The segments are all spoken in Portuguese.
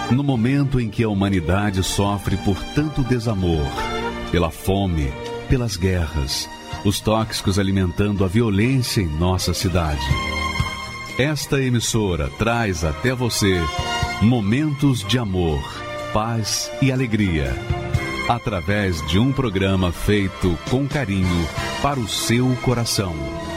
No momento em que a humanidade sofre por tanto desamor, pela fome, pelas guerras, os tóxicos alimentando a violência em nossa cidade. Esta emissora traz até você momentos de amor, paz e alegria, através de um programa feito com carinho para o seu coração.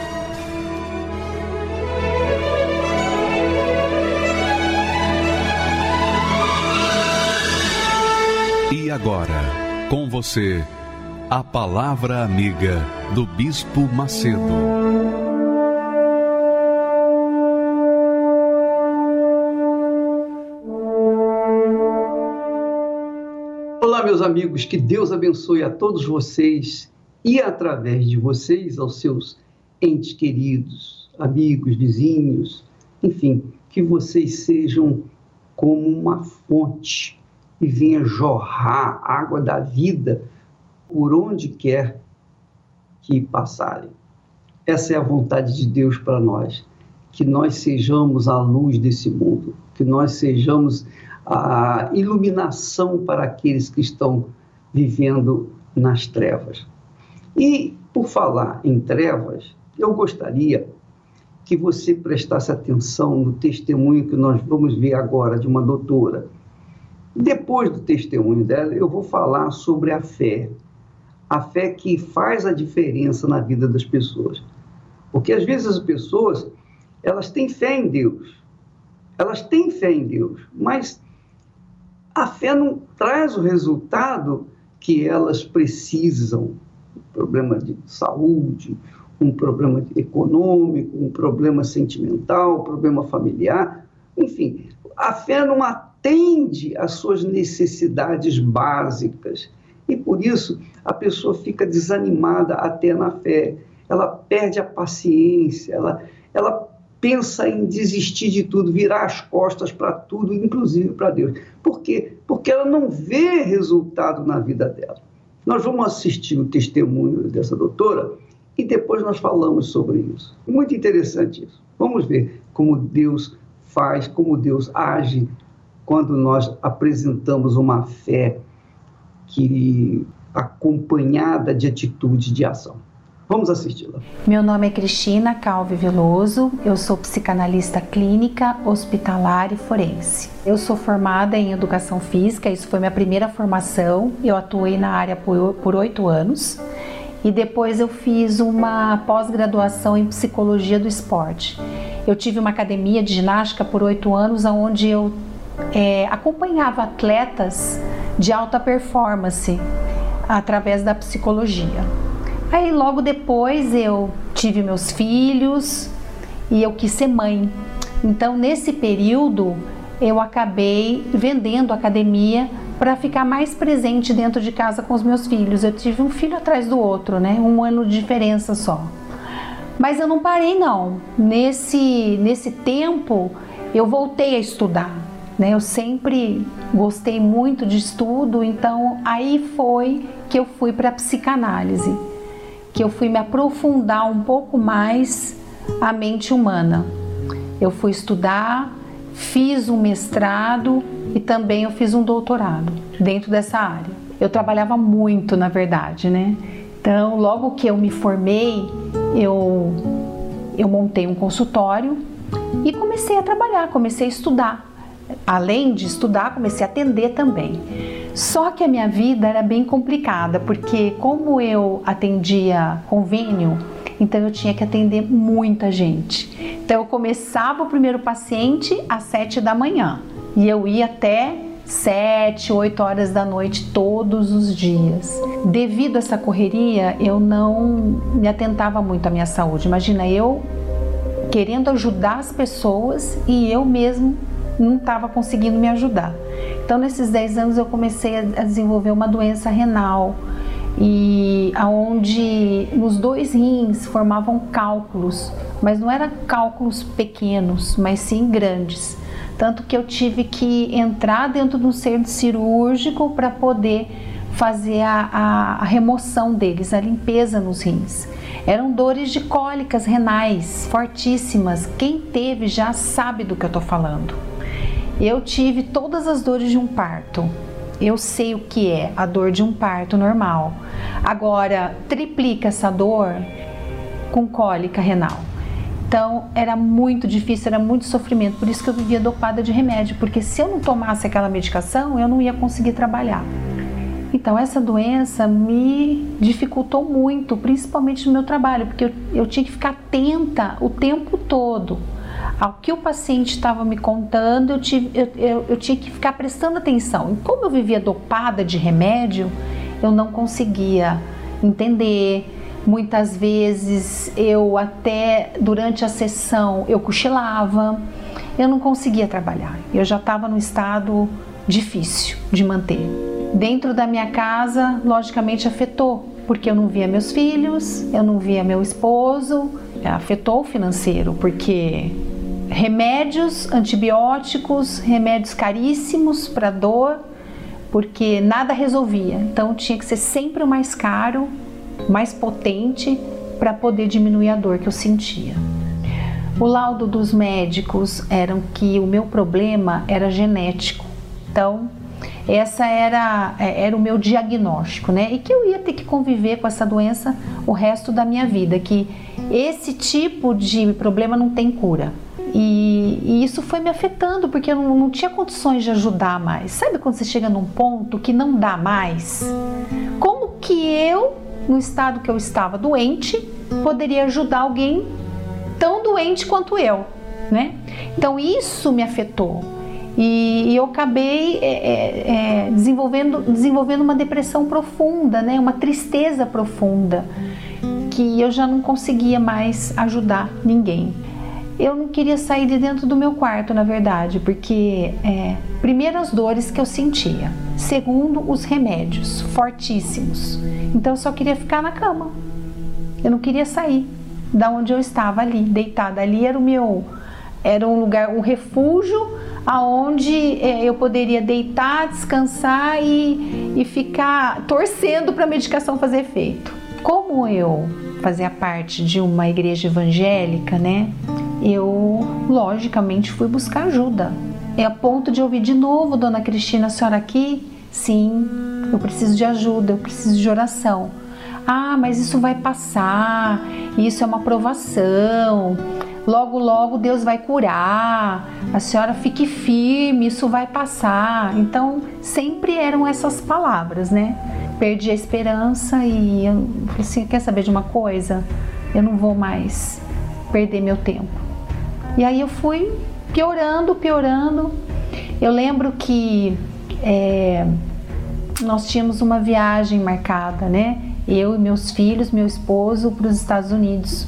E agora, com você, a Palavra Amiga do Bispo Macedo. Olá, meus amigos, que Deus abençoe a todos vocês e, através de vocês, aos seus entes queridos, amigos, vizinhos, enfim, que vocês sejam como uma fonte e venha jorrar água da vida por onde quer que passarem. Essa é a vontade de Deus para nós, que nós sejamos a luz desse mundo, que nós sejamos a iluminação para aqueles que estão vivendo nas trevas. E, por falar em trevas, eu gostaria que você prestasse atenção no testemunho que nós vamos ver agora de uma doutora. Depois do testemunho dela, eu vou falar sobre a fé que faz a diferença na vida das pessoas. Porque, às vezes, as pessoas, elas têm fé em Deus, mas a fé não traz o resultado que elas precisam. Um problema de saúde, um problema econômico, um problema sentimental, um problema familiar. Enfim, a fé não atende às suas necessidades básicas. E por isso a pessoa fica desanimada até na fé. Ela perde a paciência, ela pensa em desistir de tudo, virar as costas para tudo, inclusive para Deus. Por quê? Porque ela não vê resultado na vida dela. Nós vamos assistir o testemunho dessa doutora e depois nós falamos sobre isso. Muito interessante isso. Vamos ver como Deus faz, como Deus age quando nós apresentamos uma fé que acompanhada de atitude de ação. Vamos assisti-la. Meu nome é Cristina Calvi Veloso, eu sou psicanalista clínica, hospitalar e forense. Eu sou formada em educação física, isso foi minha primeira formação, eu atuei na área por 8 anos e depois eu fiz uma pós-graduação em psicologia do esporte. Eu tive uma academia de ginástica por 8 anos, onde eu acompanhava atletas de alta performance através da psicologia. Aí logo depois eu tive meus filhos e eu quis ser mãe. Então nesse período eu acabei vendendo a academia para ficar mais presente dentro de casa com os meus filhos. Eu tive um filho atrás do outro, né? 1 ano de diferença só. Mas eu não parei não. Nesse tempo eu voltei a estudar, né? Eu sempre gostei muito de estudo, então aí foi que eu fui para a psicanálise, que eu fui me aprofundar um pouco mais a mente humana. Eu fui estudar, fiz um mestrado e também eu fiz um doutorado dentro dessa área. Eu trabalhava muito, na verdade, né? Então, logo que eu me formei, eu montei um consultório e comecei a trabalhar, comecei a estudar. Além de estudar, comecei a atender também. Só que a minha vida era bem complicada, porque como eu atendia convênio, então eu tinha que atender muita gente. Então eu começava o primeiro paciente às 7 da manhã e eu ia até 7, 8 horas da noite todos os dias. Devido a essa correria, eu não me atentava muito à minha saúde. Imagina, eu querendo ajudar as pessoas e eu mesmo não estava conseguindo me ajudar. Então, nesses 10 anos eu comecei a desenvolver uma doença renal e aonde nos 2 rins formavam cálculos, mas não eram cálculos pequenos, mas sim grandes. Tanto que eu tive que entrar dentro de um centro cirúrgico para poder fazer a remoção deles, a limpeza nos rins. Eram dores de cólicas renais fortíssimas. Quem teve já sabe do que eu estou falando. Eu tive todas as dores de um parto. Eu sei o que é a dor de um parto normal. Agora, triplica essa dor com cólica renal. Então, era muito difícil, era muito sofrimento. Por isso que eu vivia dopada de remédio, porque se eu não tomasse aquela medicação, eu não ia conseguir trabalhar. Então, essa doença me dificultou muito, principalmente no meu trabalho, porque eu tinha que ficar atenta o tempo todo ao que o paciente estava me contando. Eu tinha que ficar prestando atenção. E como eu vivia dopada de remédio, eu não conseguia entender. Muitas vezes eu até durante a sessão eu cochilava, eu não conseguia trabalhar. Eu já estava num estado difícil de manter. Dentro da minha casa, logicamente afetou, porque eu não via meus filhos, eu não via meu esposo, afetou o financeiro, porque remédios, antibióticos, remédios caríssimos para dor, porque nada resolvia. Então tinha que ser sempre o mais caro, mais potente, para poder diminuir a dor que eu sentia. O laudo dos médicos era que o meu problema era genético. Então, essa era o meu diagnóstico, né? E que eu ia ter que conviver com essa doença o resto da minha vida, que esse tipo de problema não tem cura. E isso foi me afetando, porque eu não tinha condições de ajudar mais. Sabe quando você chega num ponto que não dá mais? Como que eu, no estado que eu estava doente, poderia ajudar alguém tão doente quanto eu, né? Então isso me afetou. E eu acabei desenvolvendo uma depressão profunda, né? Uma tristeza profunda, que eu já não conseguia mais ajudar ninguém. Eu não queria sair de dentro do meu quarto, na verdade, porque primeiro as dores que eu sentia, segundo os remédios fortíssimos. Então eu só queria ficar na cama. Eu não queria sair da onde eu estava ali, deitada. Ali era um lugar, um refúgio aonde eu poderia deitar, descansar e ficar torcendo para a medicação fazer efeito. Como eu fazia parte de uma igreja evangélica, né? Eu logicamente fui buscar ajuda. É a ponto de ouvir de novo: Dona Cristina, a senhora aqui? Sim, eu preciso de ajuda, eu preciso de oração. Ah, mas isso vai passar, isso é uma provação, logo logo Deus vai curar, a senhora fique firme, isso vai passar. Então sempre eram essas palavras, né? Perdi a esperança e eu falei assim: quer saber de uma coisa? Eu não vou mais perder meu tempo. E aí eu fui piorando. Eu lembro que nós tínhamos uma viagem marcada, né? Eu e meus filhos, meu esposo, para os Estados Unidos.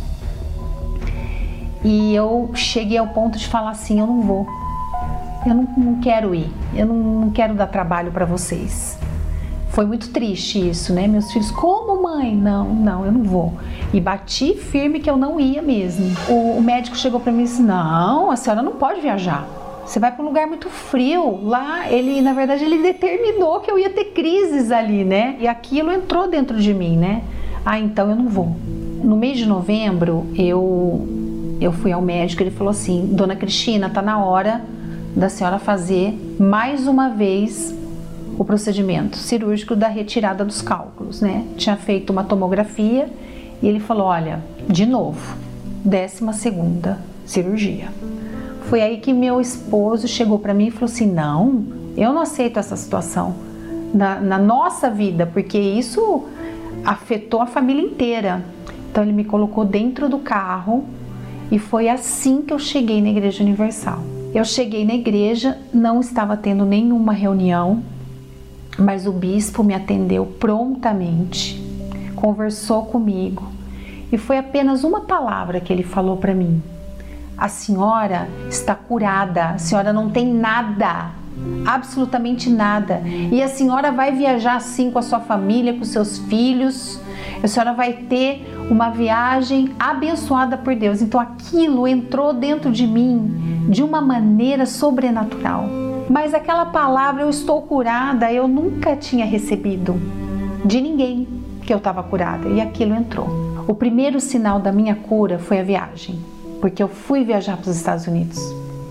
E eu cheguei ao ponto de falar assim: eu não vou. Eu não quero ir. Eu não quero dar trabalho para vocês. Foi muito triste isso, né? Meus filhos: como, mãe? Não, eu não vou. E bati firme que eu não ia mesmo. O médico chegou para mim e disse: não, a senhora não pode viajar. Você vai para um lugar muito frio. Lá, na verdade, ele determinou que eu ia ter crises ali, né? E aquilo entrou dentro de mim, né? Ah, então eu não vou. No mês de novembro, eu fui ao médico. Ele falou assim: Dona Cristina, tá na hora da senhora fazer mais uma vez o procedimento cirúrgico da retirada dos cálculos, né? Tinha feito uma tomografia e ele falou: olha, de novo, 12ª cirurgia. Foi aí que meu esposo chegou para mim e falou assim: não, eu não aceito essa situação na nossa vida, porque isso afetou a família inteira. Então ele me colocou dentro do carro e foi assim que eu cheguei na Igreja Universal. Eu cheguei na igreja, não estava tendo nenhuma reunião, mas o bispo me atendeu prontamente, conversou comigo e foi apenas uma palavra que ele falou para mim: a senhora está curada, a senhora não tem nada, absolutamente nada, e a senhora vai viajar sim com a sua família, com seus filhos, a senhora vai ter uma viagem abençoada por Deus. Então aquilo entrou dentro de mim de uma maneira sobrenatural. Mas aquela palavra, eu estou curada, eu nunca tinha recebido de ninguém que eu estava curada, e aquilo entrou. O primeiro sinal da minha cura foi a viagem, porque eu fui viajar para os Estados Unidos.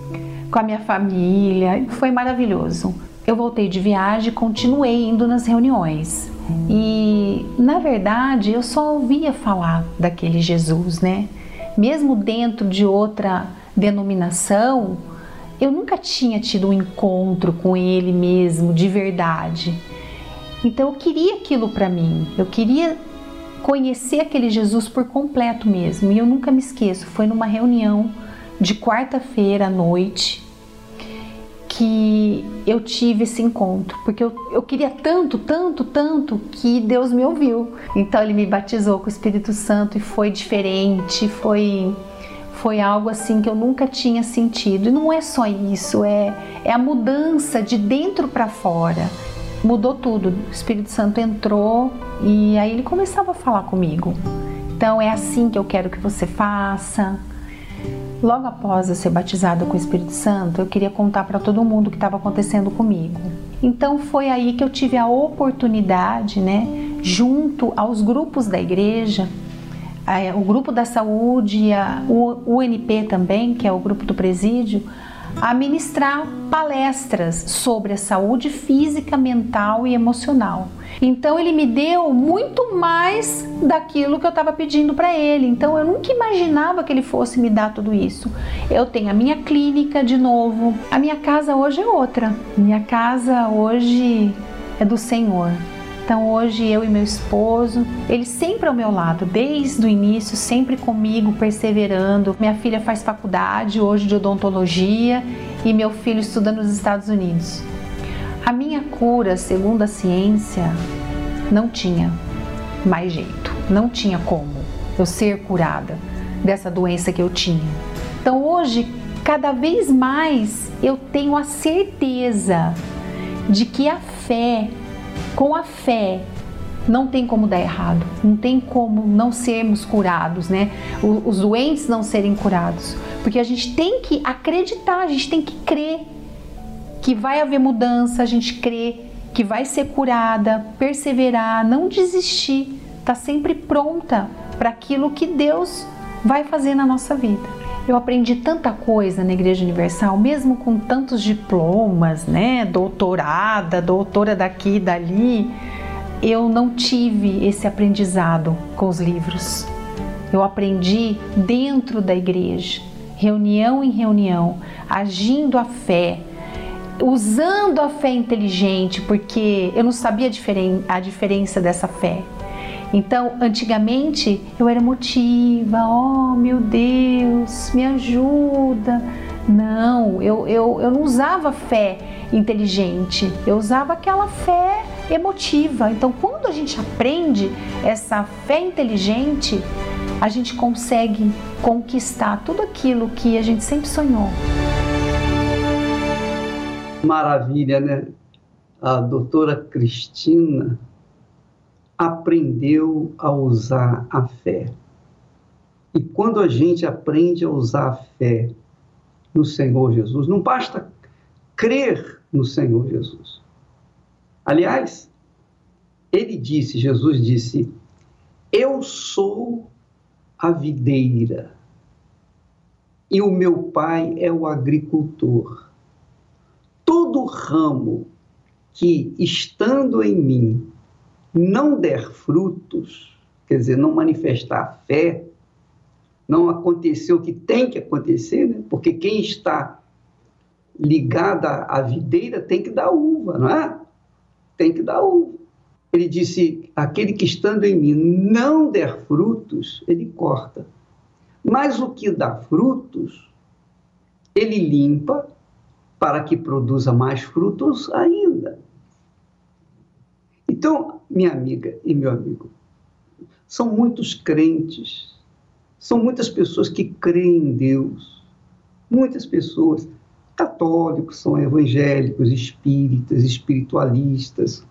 com a minha família, foi maravilhoso. Eu voltei de viagem e continuei indo nas reuniões. E, na verdade, eu só ouvia falar daquele Jesus, né? Mesmo dentro de outra denominação, eu nunca tinha tido um encontro com ele mesmo, de verdade. Então eu queria aquilo para mim, eu queria conhecer aquele Jesus por completo mesmo. E eu nunca me esqueço, foi numa reunião de quarta-feira à noite que eu tive esse encontro, porque eu queria tanto que Deus me ouviu. Então Ele me batizou com o Espírito Santo e foi diferente, foi algo assim que eu nunca tinha sentido. E não é só isso, é a mudança de dentro para fora. Mudou tudo, o Espírito Santo entrou e aí Ele começava a falar comigo. Então é assim que eu quero que você faça. Logo após eu ser batizada com o Espírito Santo, eu queria contar para todo mundo o que estava acontecendo comigo. Então foi aí que eu tive a oportunidade, né, junto aos grupos da igreja, o grupo da saúde e o UNP também, que é o grupo do presídio, a ministrar palestras sobre a saúde física, mental e emocional. Então Ele me deu muito mais daquilo que eu estava pedindo para Ele. Então eu nunca imaginava que Ele fosse me dar tudo isso. Eu tenho a minha clínica de novo. A minha casa hoje é outra. Minha casa hoje é do Senhor. Então hoje eu e meu esposo, ele sempre ao meu lado, desde o início, sempre comigo, perseverando. Minha filha faz faculdade hoje de odontologia e meu filho estuda nos Estados Unidos. A minha cura, segundo a ciência, não tinha mais jeito, não tinha como eu ser curada dessa doença que eu tinha. Então hoje, cada vez mais, eu tenho a certeza de que com a fé, não tem como dar errado, não tem como não sermos curados, né? Os doentes não serem curados, porque a gente tem que acreditar, a gente tem que crer que vai haver mudança, a gente crê que vai ser curada, perseverar, não desistir, tá sempre pronta para aquilo que Deus vai fazer na nossa vida. Eu aprendi tanta coisa na Igreja Universal, mesmo com tantos diplomas, né? Doutora daqui e dali, eu não tive esse aprendizado com os livros. Eu aprendi dentro da igreja, reunião em reunião, agindo a fé, usando a fé inteligente, porque eu não sabia a diferença dessa fé. Então, antigamente, eu era emotiva, oh meu Deus, me ajuda. Não, eu não usava fé inteligente, eu usava aquela fé emotiva. Então, quando a gente aprende essa fé inteligente, a gente consegue conquistar tudo aquilo que a gente sempre sonhou. Maravilha, né? A doutora Cristina aprendeu a usar a fé. E quando a gente aprende a usar a fé no Senhor Jesus, não basta crer no Senhor Jesus. Aliás, Jesus disse, eu sou a videira e o meu pai é o agricultor. Todo ramo que, estando em mim, não der frutos, quer dizer, não manifestar a fé, não acontecer o que tem que acontecer, né? Porque quem está ligado à videira tem que dar uva, não é? Tem que dar uva. Ele disse, aquele que estando em mim não der frutos, ele corta. Mas o que dá frutos, ele limpa para que produza mais frutos ainda. Então, minha amiga e meu amigo, são muitos crentes, são muitas pessoas que creem em Deus, muitas pessoas católicos, são evangélicos, espíritas, espiritualistas,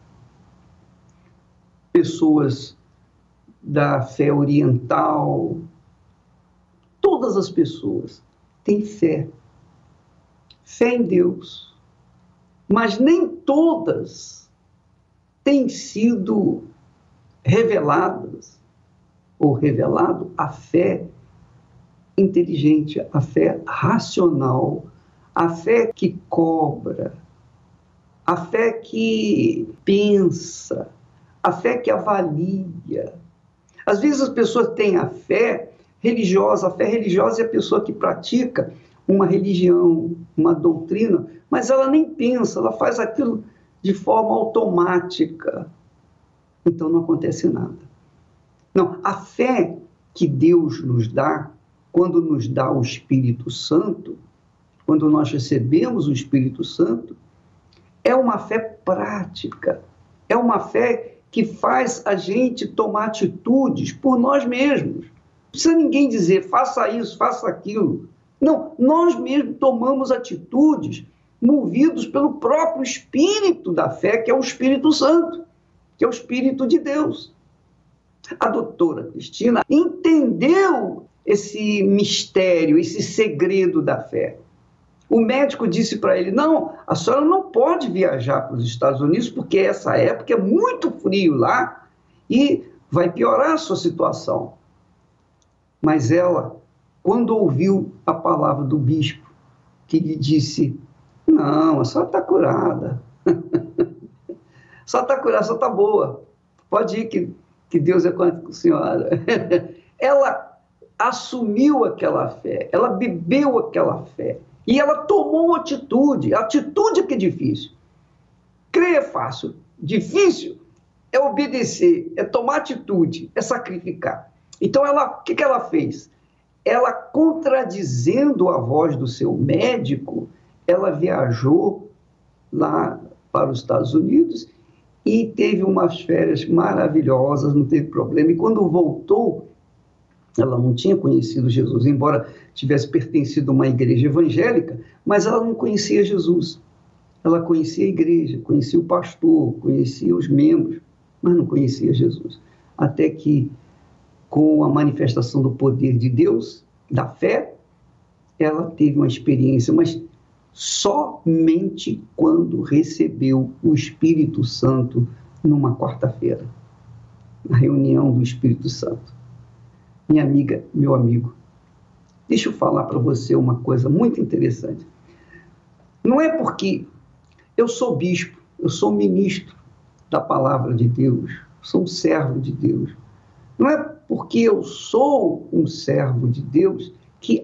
pessoas da fé oriental, todas as pessoas têm fé em Deus, mas nem todas têm sido reveladas ou revelado a fé inteligente, a fé racional, a fé que cobra, a fé que pensa, a fé que avalia. Às vezes as pessoas têm a fé religiosa é a pessoa que pratica uma religião, uma doutrina, mas ela nem pensa, ela faz aquilo de forma automática. Então não acontece nada. Não, a fé que Deus nos dá, quando nos dá o Espírito Santo, quando nós recebemos o Espírito Santo, é uma fé prática, é uma fé que faz a gente tomar atitudes por nós mesmos. Não precisa ninguém dizer, faça isso, faça aquilo. Não, nós mesmos tomamos atitudes movidos pelo próprio Espírito da fé, que é o Espírito Santo, que é o Espírito de Deus. A doutora Cristina entendeu esse mistério, esse segredo da fé. O médico disse para ele, não, a senhora não pode viajar para os Estados Unidos porque essa época é muito frio lá e vai piorar a sua situação. Mas ela, quando ouviu a palavra do bispo, que lhe disse, não, a senhora está curada. A senhora está curada, a senhora está boa. Pode ir que Deus é com a senhora. Ela assumiu aquela fé, ela bebeu aquela fé. E ela tomou atitude. A atitude é que é difícil. Crer é fácil. Difícil é obedecer, é tomar atitude, é sacrificar. Então, o que ela fez? Ela, contradizendo a voz do seu médico, ela viajou lá para os Estados Unidos e teve umas férias maravilhosas, não teve problema. E quando voltou, ela não tinha conhecido Jesus, embora tivesse pertencido a uma igreja evangélica, mas ela não conhecia Jesus. Ela conhecia a igreja, conhecia o pastor, conhecia os membros, mas não conhecia Jesus. Até que, com a manifestação do poder de Deus, da fé, ela teve uma experiência, mas somente quando recebeu o Espírito Santo numa quarta-feira, na reunião do Espírito Santo. Minha amiga, meu amigo, deixa eu falar para você uma coisa muito interessante. Não é porque eu sou bispo, eu sou ministro da palavra de Deus, sou um servo de Deus. Não é porque eu sou um servo de Deus que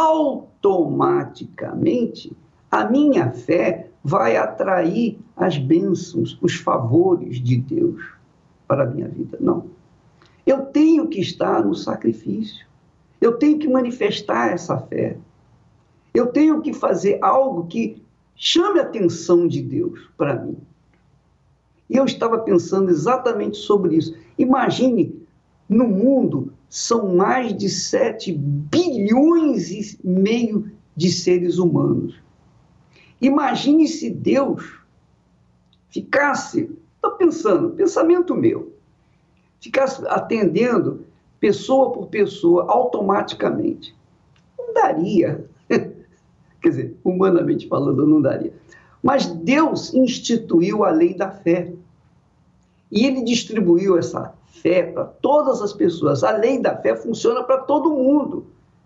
automaticamente a minha fé vai atrair as bênçãos, os favores de Deus para a minha vida. Não. Eu tenho que estar no sacrifício. Eu tenho que manifestar essa fé. Eu tenho que fazer algo que chame a atenção de Deus para mim. E eu estava pensando exatamente sobre isso. Imagine, no mundo, são mais de 7 bilhões e meio de seres humanos. Imagine se Deus ficasse, estou pensando, pensamento meu, ficasse atendendo pessoa por pessoa automaticamente. Não daria. Quer dizer, humanamente falando, não daria. Mas Deus instituiu a lei da fé. E Ele distribuiu essa fé para todas as pessoas. A lei da fé funciona para todo mundo.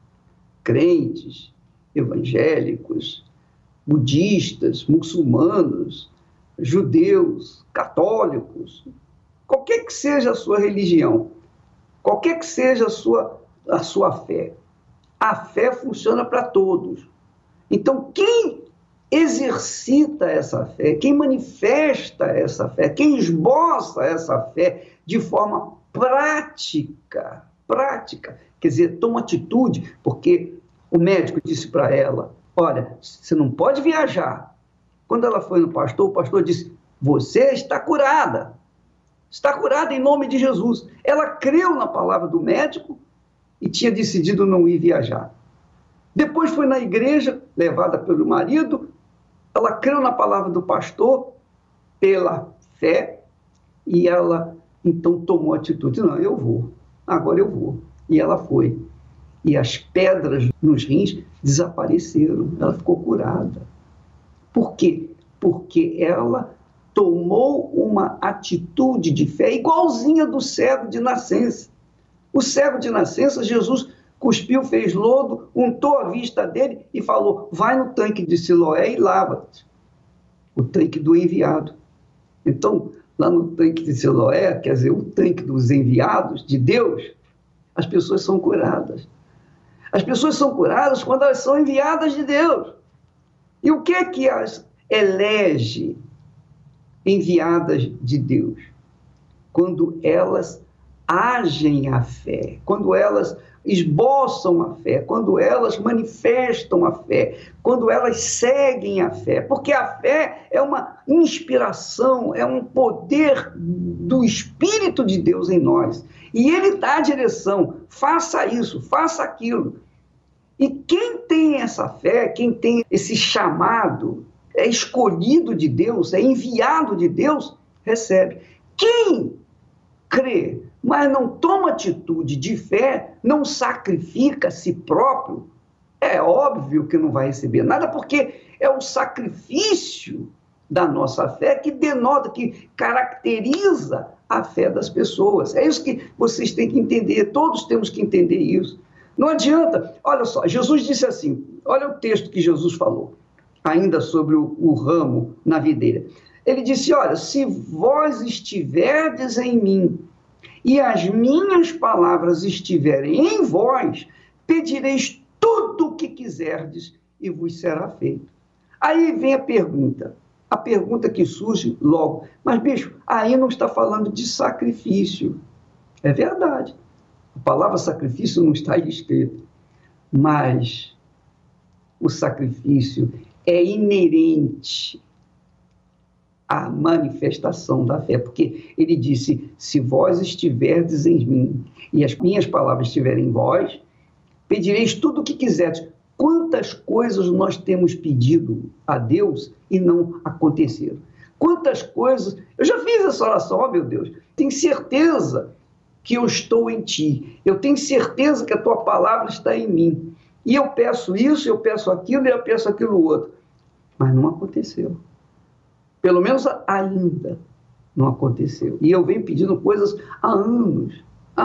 Crentes, evangélicos, budistas, muçulmanos, judeus, católicos, qualquer que seja a sua religião, qualquer que seja a sua fé, a fé funciona para todos. Então, quem exercita essa fé, quem manifesta essa fé, quem esboça essa fé de forma prática, quer dizer, toma atitude, porque o médico disse para ela, olha, você não pode viajar. Quando ela foi no pastor, o pastor disse, você está curada. Está curada em nome de Jesus. Ela creu na palavra do médico e tinha decidido não ir viajar. Depois foi na igreja, levada pelo marido, ela creu na palavra do pastor, pela fé, e ela então tomou atitude. Não, eu vou, agora eu vou. E ela foi. E as pedras nos rins desapareceram, ela ficou curada. Por quê? Porque ela tomou uma atitude de fé igualzinha do cego de nascença. O cego de nascença, Jesus cuspiu, fez lodo, untou a vista dele e falou: vai no tanque de Siloé e lava-te. O tanque do enviado. Então, lá no tanque de Siloé, quer dizer, o tanque dos enviados de Deus, as pessoas são curadas. As pessoas são curadas quando elas são enviadas de Deus. E o que é que as elege enviadas de Deus? Quando elas agem a fé, quando elas esboçam a fé, quando elas manifestam a fé, quando elas seguem a fé, porque a fé é uma inspiração, é um poder do Espírito de Deus em nós, e ele dá a direção: faça isso, faça aquilo. E quem tem essa fé, quem tem esse chamado, é escolhido de Deus, é enviado de Deus, recebe. Quem crê, mas não toma atitude de fé, não sacrifica a si próprio, é óbvio que não vai receber nada, porque é o sacrifício da nossa fé que denota, que caracteriza a fé das pessoas. É isso que vocês têm que entender, todos temos que entender isso. Não adianta, olha só, Jesus disse assim, olha o texto que Jesus falou, ainda sobre o ramo na videira. Ele disse: olha, se vós estiverdes em mim e as minhas palavras estiverem em vós, pedireis tudo o que quiserdes e vos será feito. Aí vem a pergunta que surge logo: mas bicho, aí não está falando de sacrifício. É verdade, a palavra sacrifício não está escrita, mas o sacrifício é inerente a manifestação da fé, porque ele disse: se vós estiverdes em mim e as minhas palavras estiverem em vós, pedireis tudo o que quiserdes. Quantas coisas nós temos pedido a Deus e não aconteceram? Quantas coisas... Eu já fiz essa oração, ó meu Deus, tenho certeza que eu estou em ti, eu tenho certeza que a tua palavra está em mim, e eu peço isso, eu peço aquilo, e eu peço aquilo outro, mas não aconteceu. Pelo menos ainda não aconteceu. E eu venho pedindo coisas há anos,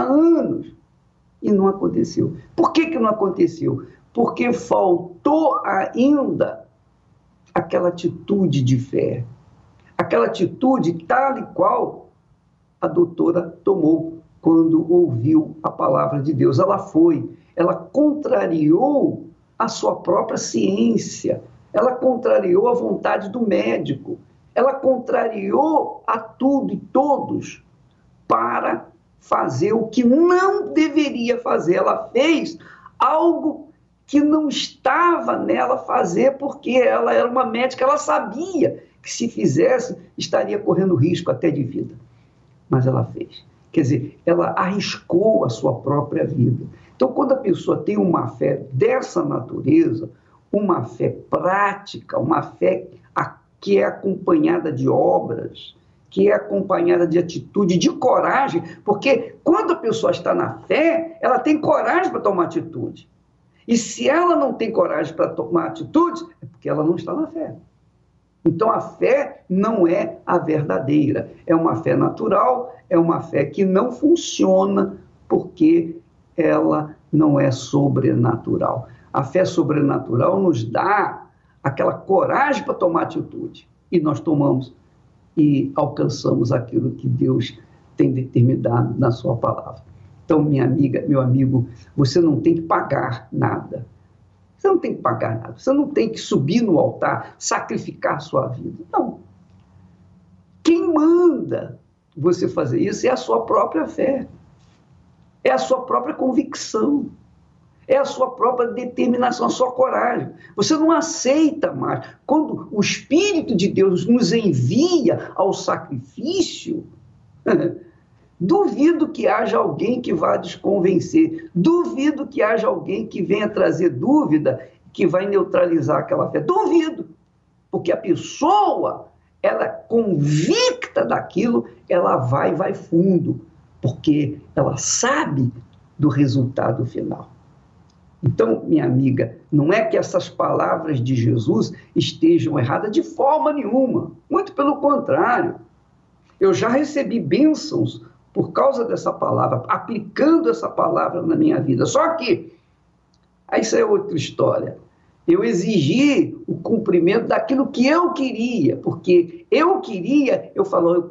e não aconteceu. Por que não aconteceu? Porque faltou ainda aquela atitude de fé, aquela atitude tal e qual a doutora tomou quando ouviu a palavra de Deus. Ela contrariou a sua própria ciência, ela contrariou a vontade do médico, ela contrariou a tudo e todos para fazer o que não deveria fazer. Ela fez algo que não estava nela fazer, porque ela era uma médica, ela sabia que se fizesse estaria correndo risco até de vida. Mas ela fez. Quer dizer, ela arriscou a sua própria vida. Então, quando a pessoa tem uma fé dessa natureza, uma fé prática, uma fé que é acompanhada de obras, que é acompanhada de atitude, de coragem, porque quando a pessoa está na fé, ela tem coragem para tomar atitude. E se ela não tem coragem para tomar atitude, é porque ela não está na fé. Então a fé não é a verdadeira, é uma fé natural, é uma fé que não funciona porque ela não é sobrenatural. A fé sobrenatural nos dá aquela coragem para tomar atitude, e nós tomamos e alcançamos aquilo que Deus tem determinado na sua palavra. Então, minha amiga, meu amigo, você não tem que pagar nada. Você não tem que pagar nada. Você não tem que subir no altar, sacrificar a sua vida. Não. Quem manda você fazer isso é a sua própria fé. É a sua própria convicção. É a sua própria determinação, a sua coragem. Você não aceita mais. Quando o Espírito de Deus nos envia ao sacrifício, duvido que haja alguém que vá desconvencer. Duvido que haja alguém que venha trazer dúvida, que vai neutralizar aquela fé. Duvido. Porque a pessoa, ela é convicta daquilo, ela vai fundo. Porque ela sabe do resultado final. Então, minha amiga, não é que essas palavras de Jesus estejam erradas de forma nenhuma. Muito pelo contrário. Eu já recebi bênçãos por causa dessa palavra, aplicando essa palavra na minha vida. Só que Aí isso é outra história. Eu exigi o cumprimento daquilo que eu queria, porque eu queria, eu falei,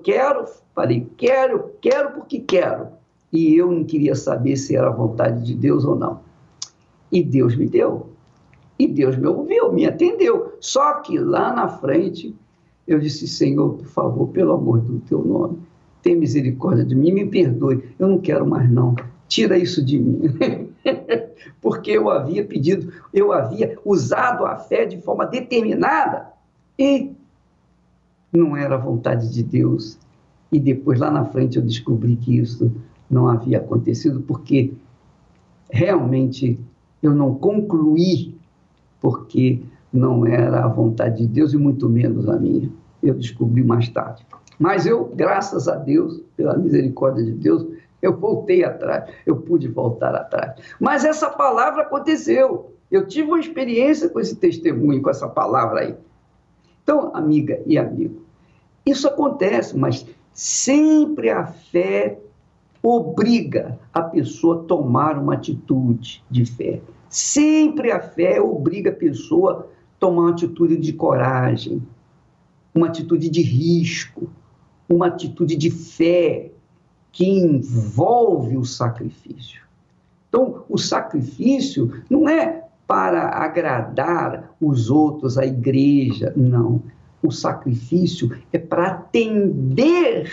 quero porque quero. E eu não queria saber se era a vontade de Deus ou não. E Deus me deu. E Deus me ouviu, me atendeu. Só que lá na frente, eu disse, Senhor, por favor, pelo amor do teu nome, tem misericórdia de mim, me perdoe. Eu não quero mais não. Tira isso de mim. Porque eu havia pedido, eu havia usado a fé de forma determinada e não era a vontade de Deus. E depois, lá na frente, eu descobri que isso não havia acontecido, porque realmente eu não concluí, porque não era a vontade de Deus e muito menos a minha. Eu descobri mais tarde. Mas eu, graças a Deus, pela misericórdia de Deus, eu voltei atrás, eu pude voltar atrás. Mas essa palavra aconteceu. Eu tive uma experiência com esse testemunho, com essa palavra aí. Então, amiga e amigo, isso acontece, mas sempre a fé obriga a pessoa a tomar uma atitude de fé. Sempre a fé obriga a pessoa a tomar uma atitude de coragem, uma atitude de risco, uma atitude de fé, que envolve o sacrifício. Então, o sacrifício não é para agradar os outros, a igreja, não. O sacrifício é para atender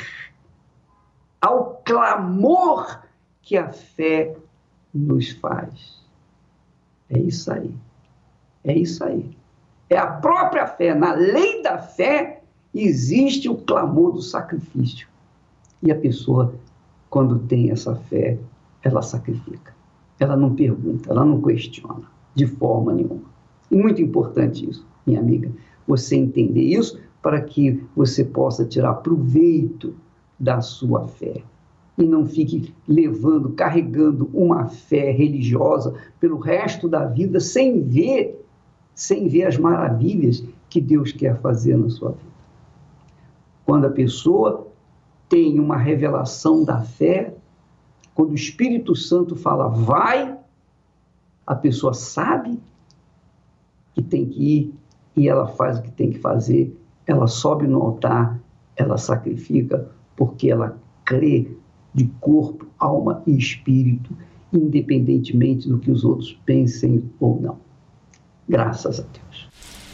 ao clamor que a fé nos faz. É isso aí. É isso aí. É a própria fé. Na lei da fé existe o clamor do sacrifício. E a pessoa, quando tem essa fé, ela sacrifica. Ela não pergunta, ela não questiona, de forma nenhuma. E muito importante isso, minha amiga, você entender isso para que você possa tirar proveito da sua fé. E não fique carregando uma fé religiosa pelo resto da vida sem ver as maravilhas que Deus quer fazer na sua vida. Quando a pessoa tem uma revelação da fé, quando o Espírito Santo fala, vai, a pessoa sabe que tem que ir e ela faz o que tem que fazer, ela sobe no altar, ela sacrifica, porque ela crê de corpo, alma e espírito, independentemente do que os outros pensem ou não. Graças a Deus.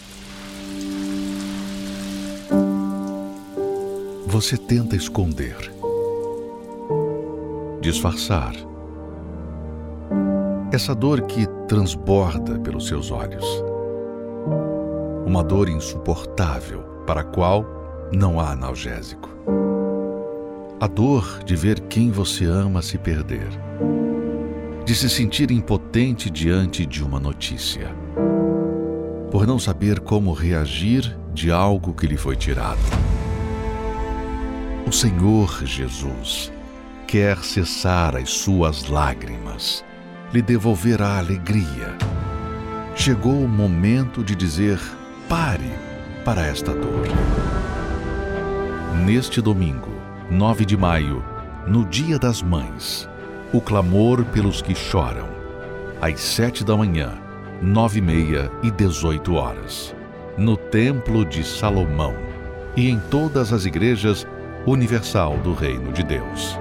Você tenta esconder, disfarçar essa dor que transborda pelos seus olhos. Uma dor insuportável para a qual não há analgésico. A dor de ver quem você ama se perder, de se sentir impotente diante de uma notícia, por não saber como reagir de algo que lhe foi tirado. O Senhor Jesus quer cessar as suas lágrimas, lhe devolver a alegria. Chegou o momento de dizer: pare para esta dor. Neste domingo, 9 de maio, no Dia das Mães, o clamor pelos que choram, às 7 da manhã, 9h30 e 18 horas, no Templo de Salomão e em todas as igrejas universal do Reino de Deus.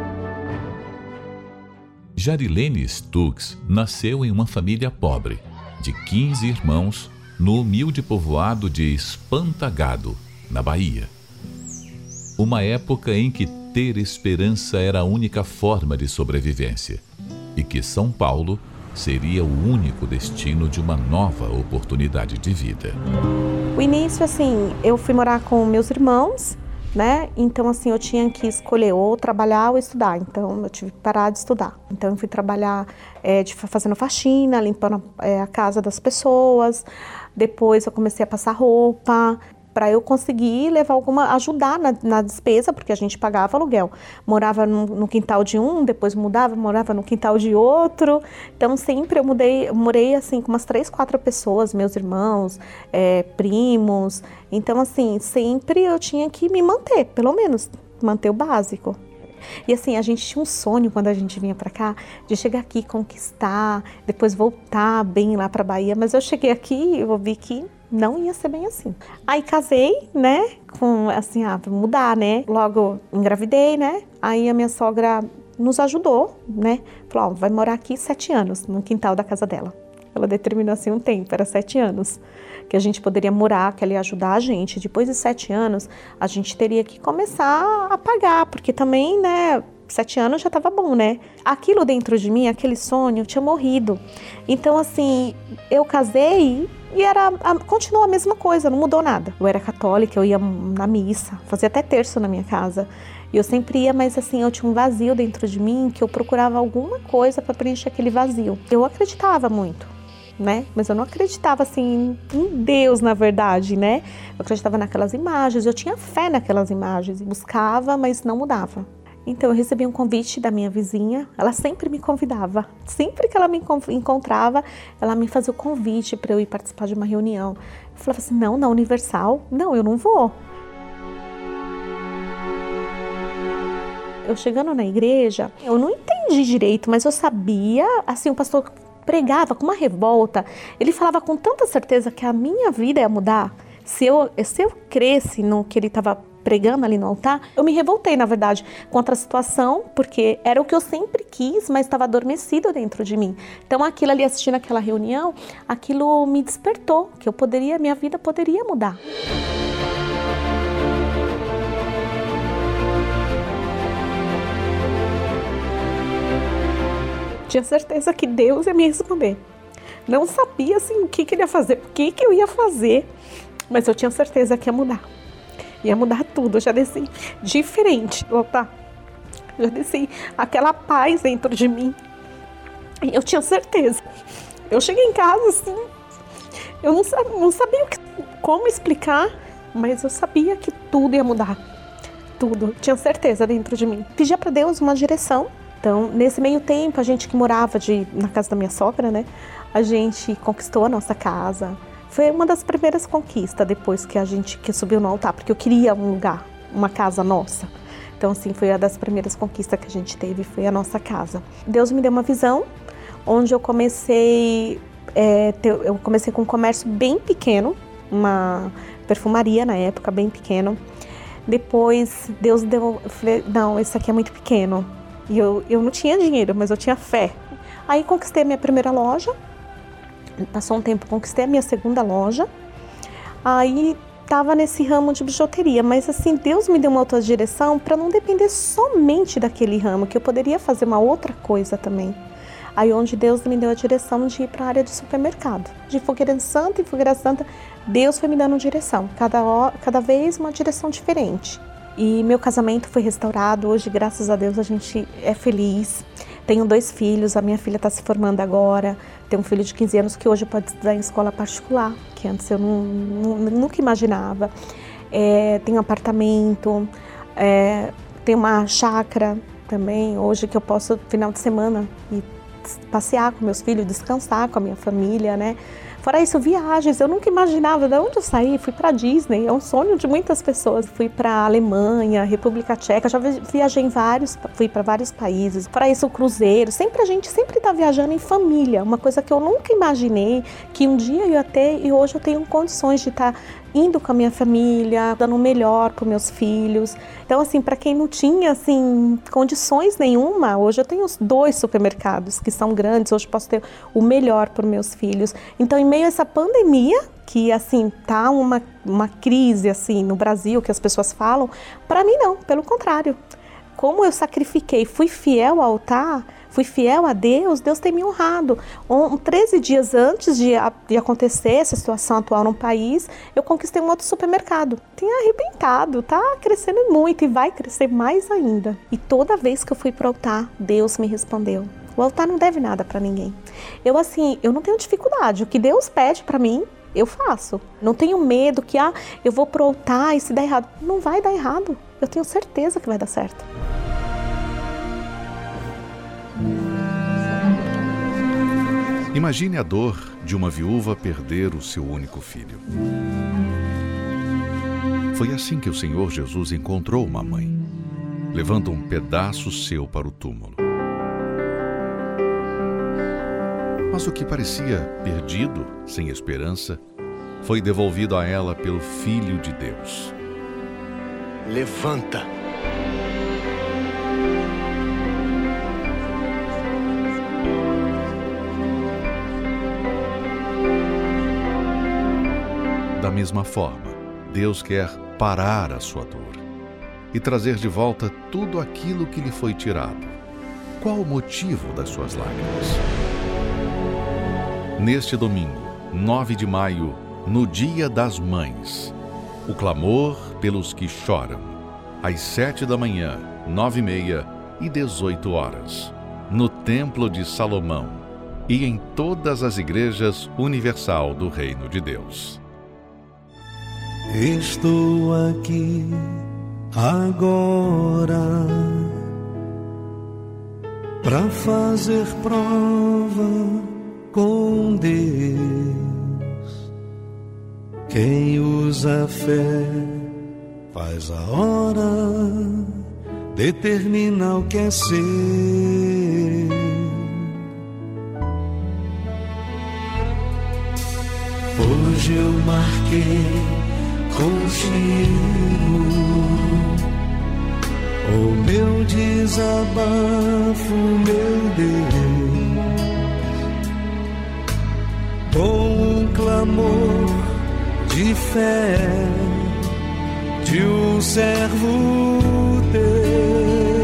Jarilene Stux nasceu em uma família pobre, de 15 irmãos, no humilde povoado de Espantagado, na Bahia. Uma época em que ter esperança era a única forma de sobrevivência e que São Paulo seria o único destino de uma nova oportunidade de vida. O início, eu fui morar com meus irmãos, né? Então, eu tinha que escolher ou trabalhar ou estudar. Então, eu tive que parar de estudar. Então, eu fui trabalhar fazendo faxina, limpando a casa das pessoas. Depois, eu comecei a passar roupa, para eu conseguir ajudar na despesa, porque a gente pagava aluguel. Morava no quintal de um, depois morava no quintal de outro. Então, sempre eu morei com umas 3, 4 pessoas, meus irmãos, primos. Então, sempre eu tinha que me manter, pelo menos, manter o básico. E assim, a gente tinha um sonho quando a gente vinha para cá, de chegar aqui, conquistar, depois voltar bem lá para Bahia. Mas eu cheguei aqui e eu vi que não ia ser bem assim. Aí casei, né, com assim, vou mudar, né. Logo engravidei, né. Aí a minha sogra nos ajudou, né. Falou, vai morar aqui 7 anos, no quintal da casa dela. Ela determinou assim um tempo, era 7 anos, que a gente poderia morar, que ela ia ajudar a gente. Depois de 7 anos, a gente teria que começar a pagar, porque também, né, 7 anos já estava bom, né? Aquilo dentro de mim, aquele sonho, tinha morrido. Então, assim, eu casei e continuou a mesma coisa, não mudou nada. Eu era católica, eu ia na missa, fazia até terço na minha casa. E eu sempre ia, mas assim, eu tinha um vazio dentro de mim, que eu procurava alguma coisa para preencher aquele vazio. Eu acreditava muito, né? Mas eu não acreditava assim em Deus, na verdade, né? Eu acreditava naquelas imagens, eu tinha fé naquelas imagens, buscava, mas não mudava. Então eu recebi um convite da minha vizinha, ela sempre me convidava, sempre que ela me encontrava, ela me fazia o convite para eu ir participar de uma reunião. Eu falava assim, não, na Universal, não, eu não vou. Eu chegando na igreja, eu não entendi direito, mas eu sabia, assim, o pastor pregava com uma revolta, ele falava com tanta certeza que a minha vida ia mudar. Se eu cresce no que ele estava pregando ali no altar, eu me revoltei, na verdade, contra a situação, porque era o que eu sempre quis, mas estava adormecido dentro de mim. Então aquilo ali, assistindo aquela reunião, aquilo me despertou, que minha vida poderia mudar. Tinha certeza que Deus ia me responder. Não sabia assim o que ele ia fazer, o que eu ia fazer, mas eu tinha certeza que ia mudar. Ia mudar tudo, eu já desci diferente do altar. Já desci aquela paz dentro de mim. E eu tinha certeza. Eu cheguei em casa assim, eu não sabia como explicar, mas eu sabia que tudo ia mudar. Tudo, tinha certeza dentro de mim. Pedia para Deus uma direção. Então, nesse meio tempo, a gente que morava na casa da minha sogra, né? A gente conquistou a nossa casa. Foi uma das primeiras conquistas depois que subiu no altar, porque eu queria um lugar, uma casa nossa. Então, assim, foi uma das primeiras conquistas que a gente teve, foi a nossa casa. Deus me deu uma visão, onde eu comecei com um comércio bem pequeno, uma perfumaria na época, bem pequeno. Depois, Deus deu, eu falei, não, esse aqui é muito pequeno. E eu não tinha dinheiro, mas eu tinha fé. Aí conquistei a minha primeira loja. Passou um tempo, conquistei a minha segunda loja. Aí estava nesse ramo de bijuteria. Mas assim, Deus me deu uma outra direção para não depender somente daquele ramo, que eu poderia fazer uma outra coisa também. Aí onde Deus me deu a direção de ir para a área de supermercado. De Fogueira Santa em Fogueira Santa, Deus foi me dando direção. Cada vez uma direção diferente. E meu casamento foi restaurado, hoje, graças a Deus, a gente é feliz. Tenho 2 filhos, a minha filha está se formando agora. Tenho um filho de 15 anos que hoje pode estudar em escola particular, que antes eu nunca imaginava. Tenho apartamento, tenho uma chácara também, hoje que eu posso, final de semana, ir passear com meus filhos, descansar com a minha família, né? Fora isso, viagens, eu nunca imaginava de onde eu saí, fui para Disney, é um sonho de muitas pessoas. Fui para Alemanha, República Tcheca, já viajei fui para vários países. Fora isso, o cruzeiro, a gente sempre está viajando em família, uma coisa que eu nunca imaginei, que um dia eu ia ter, e hoje eu tenho condições de estar indo com a minha família, dando o melhor para os meus filhos. Então, assim, para quem não tinha, assim, condições nenhuma, hoje eu tenho os 2 supermercados que são grandes, hoje posso ter o melhor para os meus filhos. Então, em meio a essa pandemia, que, assim, tá uma crise, assim, no Brasil, que as pessoas falam, para mim não, pelo contrário. Como eu sacrifiquei, fui fiel ao altar, fui fiel a Deus, Deus tem me honrado. 13 dias antes de acontecer essa situação atual no país, eu conquistei um outro supermercado. Tem arrebentado, tá crescendo muito e vai crescer mais ainda. E toda vez que eu fui para o altar, Deus me respondeu. O altar não deve nada para ninguém. Eu não tenho dificuldade. O que Deus pede para mim, eu faço. Não tenho medo que eu vou pro altar e se der errado. Não vai dar errado. Eu tenho certeza que vai dar certo. Imagine a dor de uma viúva perder o seu único filho. Foi assim que o Senhor Jesus encontrou uma mãe. levando um pedaço seu para o túmulo. Mas o que parecia perdido, sem esperança, foi devolvido a ela pelo Filho de Deus. Levanta! Da mesma forma, Deus quer parar a sua dor e trazer de volta tudo aquilo que lhe foi tirado. Qual o motivo das suas lágrimas? Neste domingo, 9 de maio, no Dia das Mães, o clamor pelos que choram, às 7 da manhã, 9h30 e 18 horas, no Templo de Salomão e em todas as igrejas universal do Reino de Deus. Estou aqui agora para fazer prova com Deus. Quem usa a fé faz a hora, determina o que é ser. Hoje eu marquei contigo o meu desabafo, meu Deus, com um clamor de fé de um servo teu.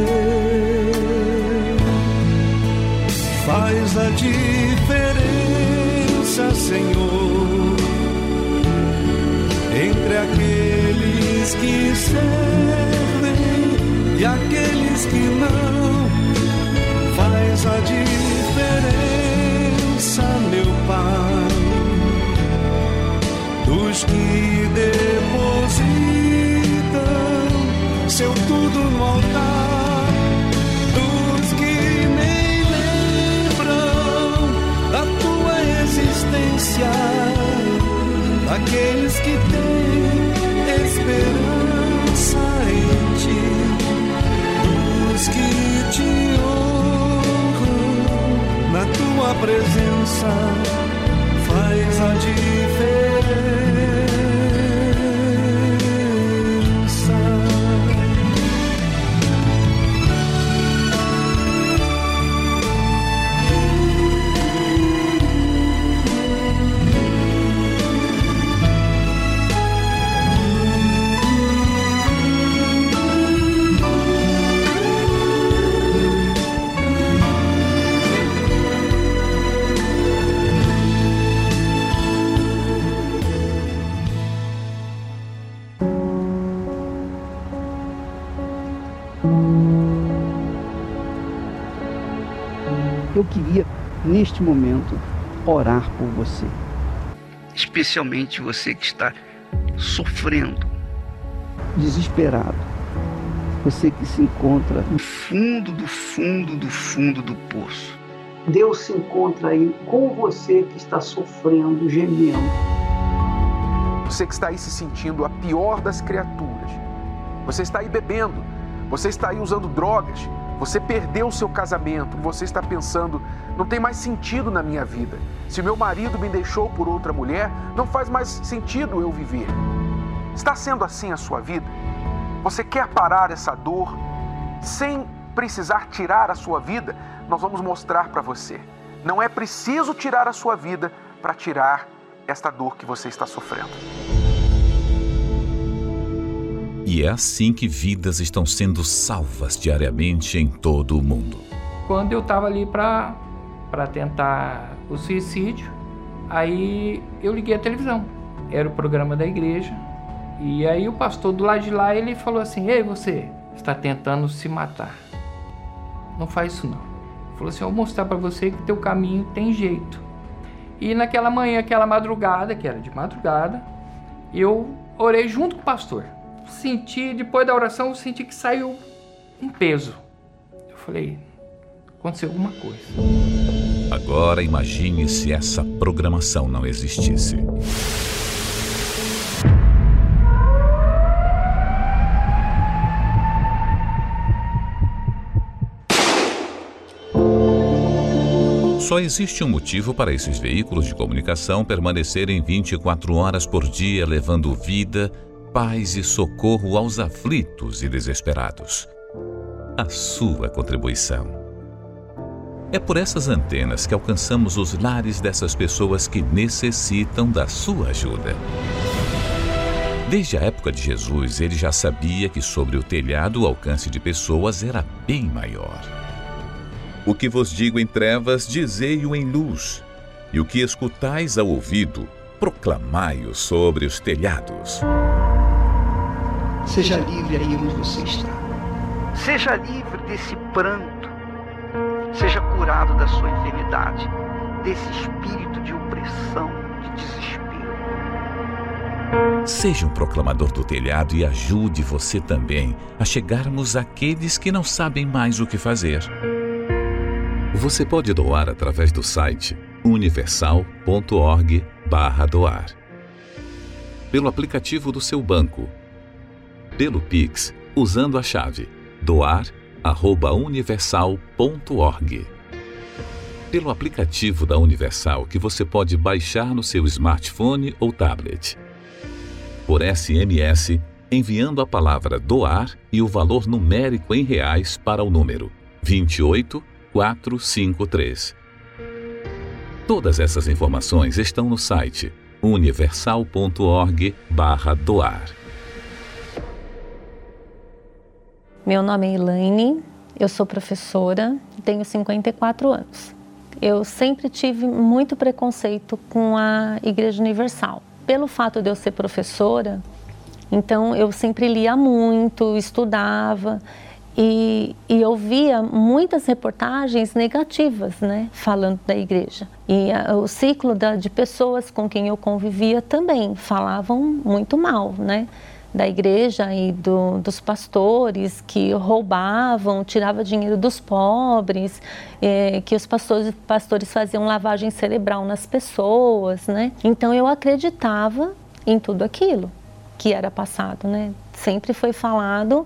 Faz a diferença, Senhor, entre aqueles que servem e aqueles que não. Faz a diferença, meu Pai, dos que depositam seu tudo no altar, dos que nem lembram da tua existência, daqueles que têm esperança em ti, dos que te honram na tua presença. Faz a diferença. Eu queria, neste momento, orar por você. Especialmente você que está sofrendo, desesperado. Você que se encontra no fundo do fundo do fundo do poço. Deus se encontra aí com você que está sofrendo, gemendo. Você que está aí se sentindo a pior das criaturas. Você está aí bebendo. Você está aí usando drogas. Você perdeu o seu casamento, você está pensando, não tem mais sentido na minha vida. Se meu marido me deixou por outra mulher, não faz mais sentido eu viver. Está sendo assim a sua vida? Você quer parar essa dor sem precisar tirar a sua vida? Nós vamos mostrar para você. Não é preciso tirar a sua vida para tirar esta dor que você está sofrendo. E é assim que vidas estão sendo salvas diariamente em todo o mundo. Quando eu estava ali para tentar o suicídio, aí eu liguei a televisão. Era o programa da igreja. E aí o pastor do lado de lá, ele falou assim: ei, você está tentando se matar. Não faz isso não. Ele falou assim: eu vou mostrar para você que teu caminho tem jeito. E naquela manhã, aquela madrugada, que era de madrugada, eu orei junto com o pastor. Senti, depois da oração, eu senti que saiu um peso. Eu falei, aconteceu alguma coisa. Agora imagine se essa programação não existisse. Só existe um motivo para esses veículos de comunicação permanecerem 24 horas por dia, levando vida, paz e socorro aos aflitos e desesperados: a sua contribuição. É por essas antenas que alcançamos os lares dessas pessoas que necessitam da sua ajuda. Desde a época de Jesus, ele já sabia que sobre o telhado o alcance de pessoas era bem maior. O que vos digo em trevas, dizei-o em luz, e o que escutais ao ouvido, proclamai-o sobre os telhados. Seja livre aí onde você está. Seja livre desse pranto. Seja curado da sua enfermidade, desse espírito de opressão, de desespero. Seja um proclamador do telhado e ajude você também a chegarmos àqueles que não sabem mais o que fazer. Você pode doar através do site universal.org/doar, pelo aplicativo do seu banco, pelo Pix, usando a chave doar@universal.org, pelo aplicativo da Universal que você pode baixar no seu smartphone ou tablet, por SMS, enviando a palavra doar e o valor numérico em reais para o número 28453. Todas essas informações estão no site universal.org/doar. Meu nome é Elaine, eu sou professora, tenho 54 anos. Eu sempre tive muito preconceito com a Igreja Universal. Pelo fato de eu ser professora, então eu sempre lia muito, estudava e eu via muitas reportagens negativas, né, falando da igreja. E o ciclo de pessoas com quem eu convivia também falavam muito mal, né, da igreja e dos pastores que roubavam, tiravam dinheiro dos pobres, que os pastores faziam lavagem cerebral nas pessoas, né? Então eu acreditava em tudo aquilo que era passado, né? Sempre foi falado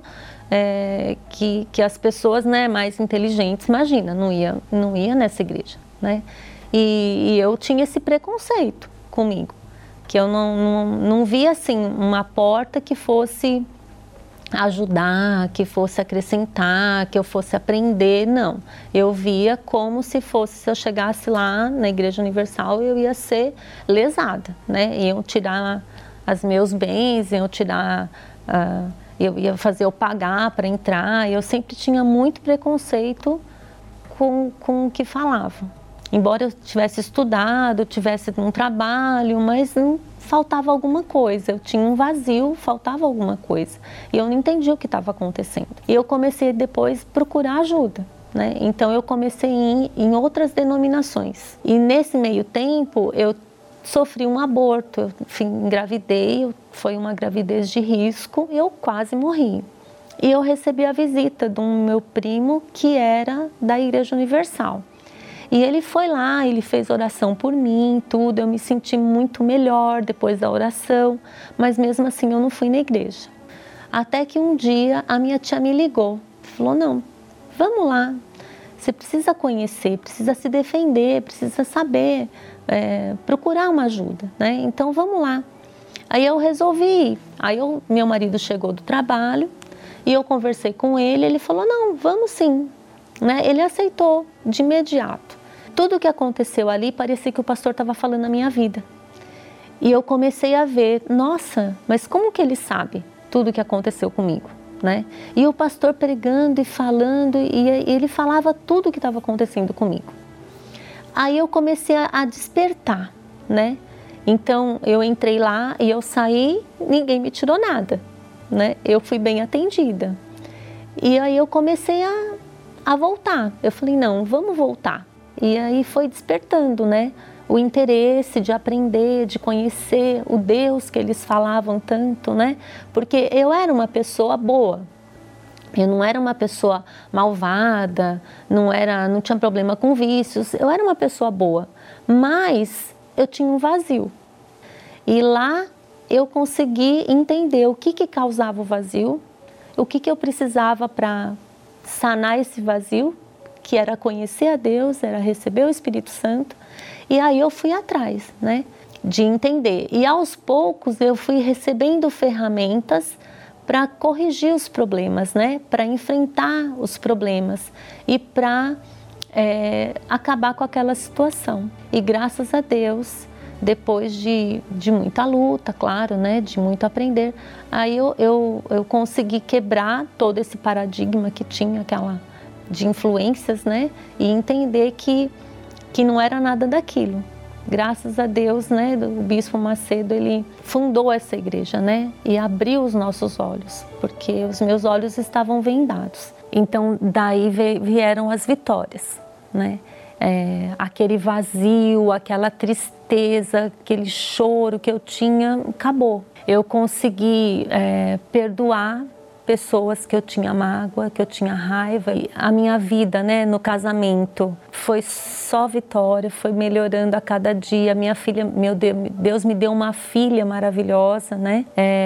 que as pessoas, né, mais inteligentes, imagina, não ia nessa igreja, né? E eu tinha esse preconceito comigo, que eu não via assim uma porta que fosse ajudar, que fosse acrescentar, que eu fosse aprender, não. Eu via como se eu chegasse lá na Igreja Universal, eu ia ser lesada, né? Iam tirar os meus bens, iam tirar, eu ia fazer eu pagar para entrar. Eu sempre tinha muito preconceito com o que falavam. Embora eu tivesse estudado, tivesse um trabalho, mas faltava alguma coisa. Eu tinha um vazio, faltava alguma coisa. E eu não entendia o que estava acontecendo. E eu comecei depois a procurar ajuda, né? Então eu comecei em outras denominações. E nesse meio tempo eu sofri um aborto, eu engravidei, foi uma gravidez de risco e eu quase morri. E eu recebi a visita de um meu primo que era da Igreja Universal. E ele foi lá, ele fez oração por mim, tudo, eu me senti muito melhor depois da oração, mas mesmo assim eu não fui na igreja. Até que um dia a minha tia me ligou, falou, não, vamos lá, você precisa conhecer, precisa se defender, precisa saber, procurar uma ajuda, né? Então vamos lá. Aí eu resolvi ir, meu marido chegou do trabalho e eu conversei com ele, ele falou, não, vamos sim. Né? Ele aceitou de imediato. Tudo o que aconteceu ali parecia que o pastor estava falando na minha vida. E eu comecei a ver, nossa, mas como que ele sabe tudo o que aconteceu comigo? Né? E o pastor pregando e falando, e ele falava tudo o que estava acontecendo comigo. Aí eu comecei a despertar, né? Então eu entrei lá e eu saí, ninguém me tirou nada, né? Eu fui bem atendida. E aí eu comecei a voltar. Eu falei, não, vamos voltar. E aí foi despertando, né? O interesse de aprender, de conhecer o Deus que eles falavam tanto, né? Porque eu era uma pessoa boa. Eu não era uma pessoa malvada, não tinha problema com vícios. Eu era uma pessoa boa, mas eu tinha um vazio. E lá eu consegui entender o que causava o vazio, o que eu precisava para sanar esse vazio que era conhecer a Deus, era receber o Espírito Santo. E aí eu fui atrás, né, de entender. E aos poucos eu fui recebendo ferramentas para corrigir os problemas, né, para enfrentar os problemas e para acabar com aquela situação. E graças a Deus, depois de muita luta, claro, né, de muito aprender, aí eu consegui quebrar todo esse paradigma que tinha de influências, né, e entender que não era nada daquilo. Graças a Deus, né, o Bispo Macedo, ele fundou essa igreja, né, e abriu os nossos olhos, porque os meus olhos estavam vendados. Então, daí vieram as vitórias, né, aquele vazio, aquela tristeza, aquele choro que eu tinha, acabou. Eu consegui perdoar pessoas que eu tinha mágoa, que eu tinha raiva. E a minha vida, né, no casamento foi só vitória, foi melhorando a cada dia. Minha filha, meu Deus me deu uma filha maravilhosa, né?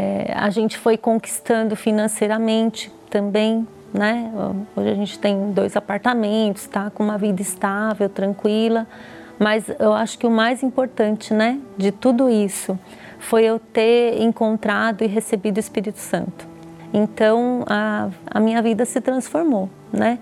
A gente foi conquistando financeiramente também, né? Hoje a gente tem 2 apartamentos, tá? Com uma vida estável, tranquila. Mas eu acho que o mais importante, né, de tudo isso foi eu ter encontrado e recebido o Espírito Santo. Então, a minha vida se transformou, né?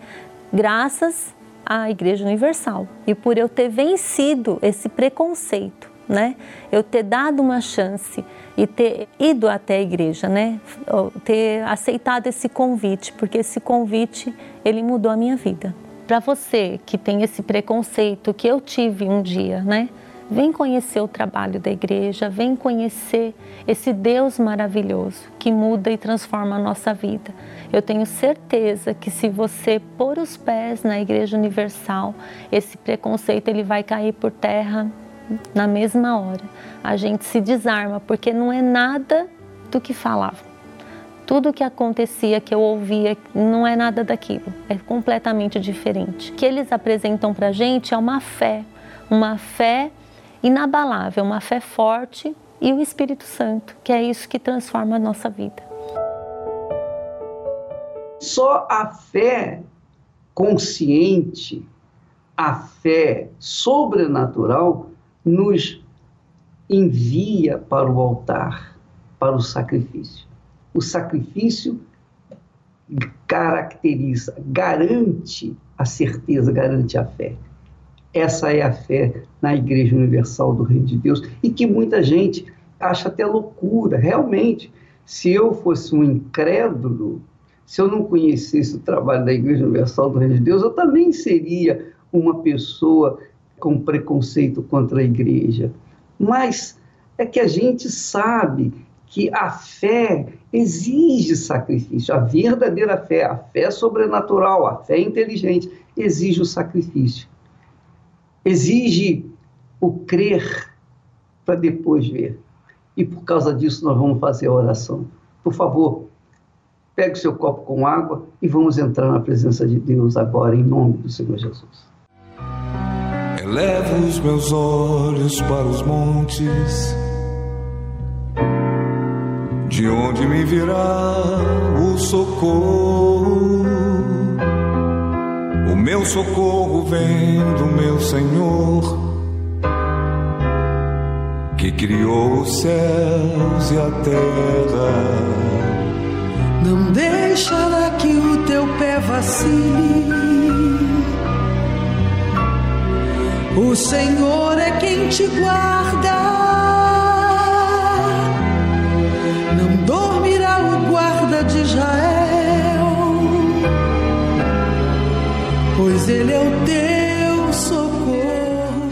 Graças à Igreja Universal. E por eu ter vencido esse preconceito, né? Eu ter dado uma chance e ter ido até a igreja, né? Ter aceitado esse convite, porque esse convite, ele mudou a minha vida. Para você que tem esse preconceito que eu tive um dia, né? Vem conhecer o trabalho da igreja, vem conhecer esse Deus maravilhoso que muda e transforma a nossa vida. Eu tenho certeza que se você pôr os pés na Igreja Universal, esse preconceito ele vai cair por terra na mesma hora. A gente se desarma, porque não é nada do que falavam. Tudo que acontecia, que eu ouvia, não é nada daquilo. É completamente diferente. O que eles apresentam pra gente é uma fé inabalável, uma fé forte e o Espírito Santo, que é isso que transforma a nossa vida. Só a fé consciente, a fé sobrenatural, nos envia para o altar, para o sacrifício. O sacrifício caracteriza, garante a certeza, garante a fé. Essa é a fé na Igreja Universal do Reino de Deus e que muita gente acha até loucura. Realmente, se eu fosse um incrédulo, se eu não conhecesse o trabalho da Igreja Universal do Reino de Deus, eu também seria uma pessoa com preconceito contra a igreja. Mas é que a gente sabe que a fé exige sacrifício. A verdadeira fé, a fé sobrenatural, a fé inteligente, exige o sacrifício. Exige o crer para depois ver. E por causa disso nós vamos fazer a oração. Por favor, pegue o seu copo com água e vamos entrar na presença de Deus agora, em nome do Senhor Jesus. Elevo os meus olhos para os montes, de onde me virá o socorro. O meu socorro vem do meu Senhor, que criou os céus e a terra. Não deixará que o teu pé vacile. O Senhor é quem te guarda. Não dormirá o guarda de Israel, pois Ele é o teu socorro.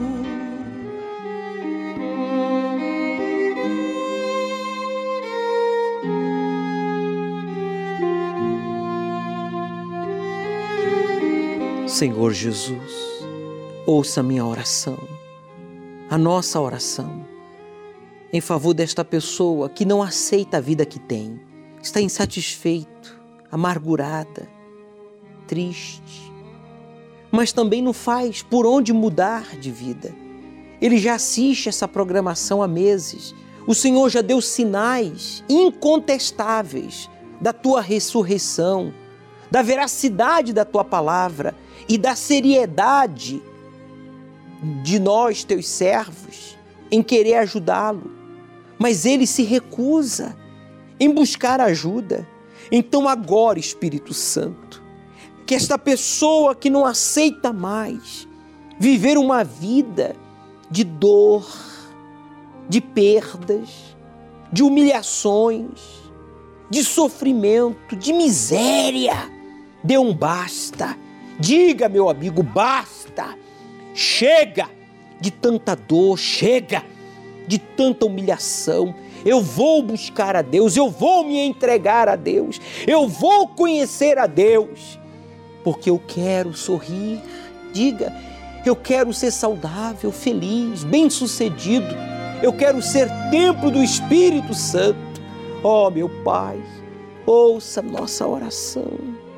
Senhor Jesus, ouça minha oração, a nossa oração, em favor desta pessoa que não aceita a vida que tem, está insatisfeito, amargurada, triste, mas também não faz por onde mudar de vida. Ele já assiste essa programação há meses. O Senhor já deu sinais incontestáveis da tua ressurreição, da veracidade da tua palavra e da seriedade de nós, teus servos, em querer ajudá-lo. Mas ele se recusa em buscar ajuda. Então agora, Espírito Santo, que esta pessoa que não aceita mais viver uma vida de dor, de perdas, de humilhações, de sofrimento, de miséria, dê um basta. Diga, meu amigo, basta. Chega de tanta dor, chega de tanta humilhação. Eu vou buscar a Deus, eu vou me entregar a Deus, eu vou conhecer a Deus, porque eu quero sorrir. Diga, eu quero ser saudável, feliz, bem-sucedido. Eu quero ser templo do Espírito Santo. Oh, meu Pai, ouça nossa oração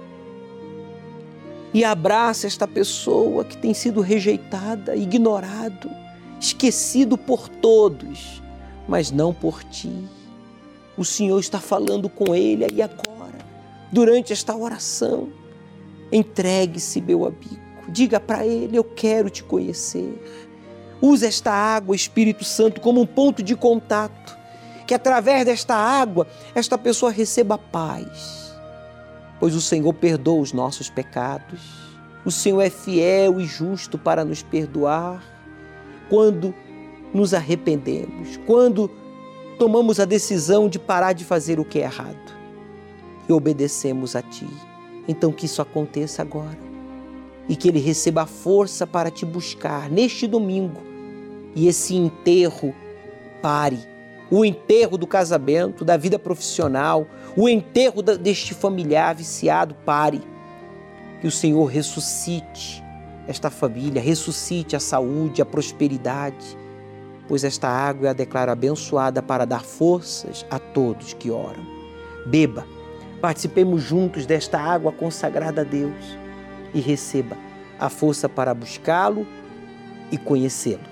e abraça esta pessoa que tem sido rejeitada, ignorado, esquecido por todos, mas não por Ti. O Senhor está falando com ele aí agora, durante esta oração. Entregue-se, meu amigo. Diga para ele, eu quero te conhecer. Use esta água, Espírito Santo, como um ponto de contato, que através desta água, esta pessoa receba paz, pois o Senhor perdoa os nossos pecados. O Senhor é fiel e justo para nos perdoar quando nos arrependemos, quando tomamos a decisão de parar de fazer o que é errado e obedecemos a Ti. Então que isso aconteça agora e que ele receba a força para te buscar neste domingo e esse enterro pare. O enterro do casamento, da vida profissional, o enterro deste familiar viciado pare. Que o Senhor ressuscite esta família, ressuscite a saúde, a prosperidade, pois esta água eu a declaro abençoada para dar forças a todos que oram. Beba, participemos juntos desta água consagrada a Deus e receba a força para buscá-lo e conhecê-lo.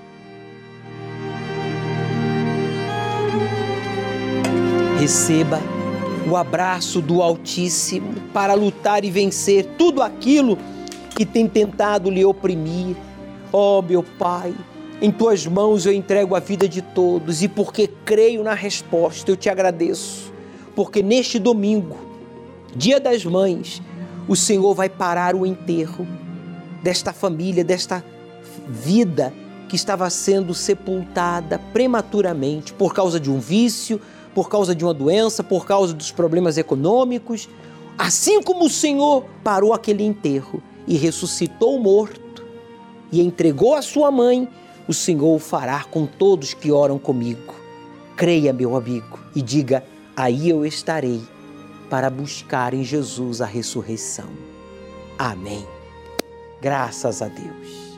Receba o abraço do Altíssimo para lutar e vencer tudo aquilo que tem tentado lhe oprimir. Oh, meu Pai, em Tuas mãos eu entrego a vida de todos e porque creio na resposta eu te agradeço, porque neste domingo, Dia das Mães, o Senhor vai parar o enterro desta família, desta vida que estava sendo sepultada prematuramente por causa de um vício, por causa de uma doença, por causa dos problemas econômicos. Assim como o Senhor parou aquele enterro e ressuscitou o morto e entregou a sua mãe, o Senhor o fará com todos que oram comigo. Creia, meu amigo, e diga, aí eu estarei para buscar em Jesus a ressurreição. Amém. Graças a Deus.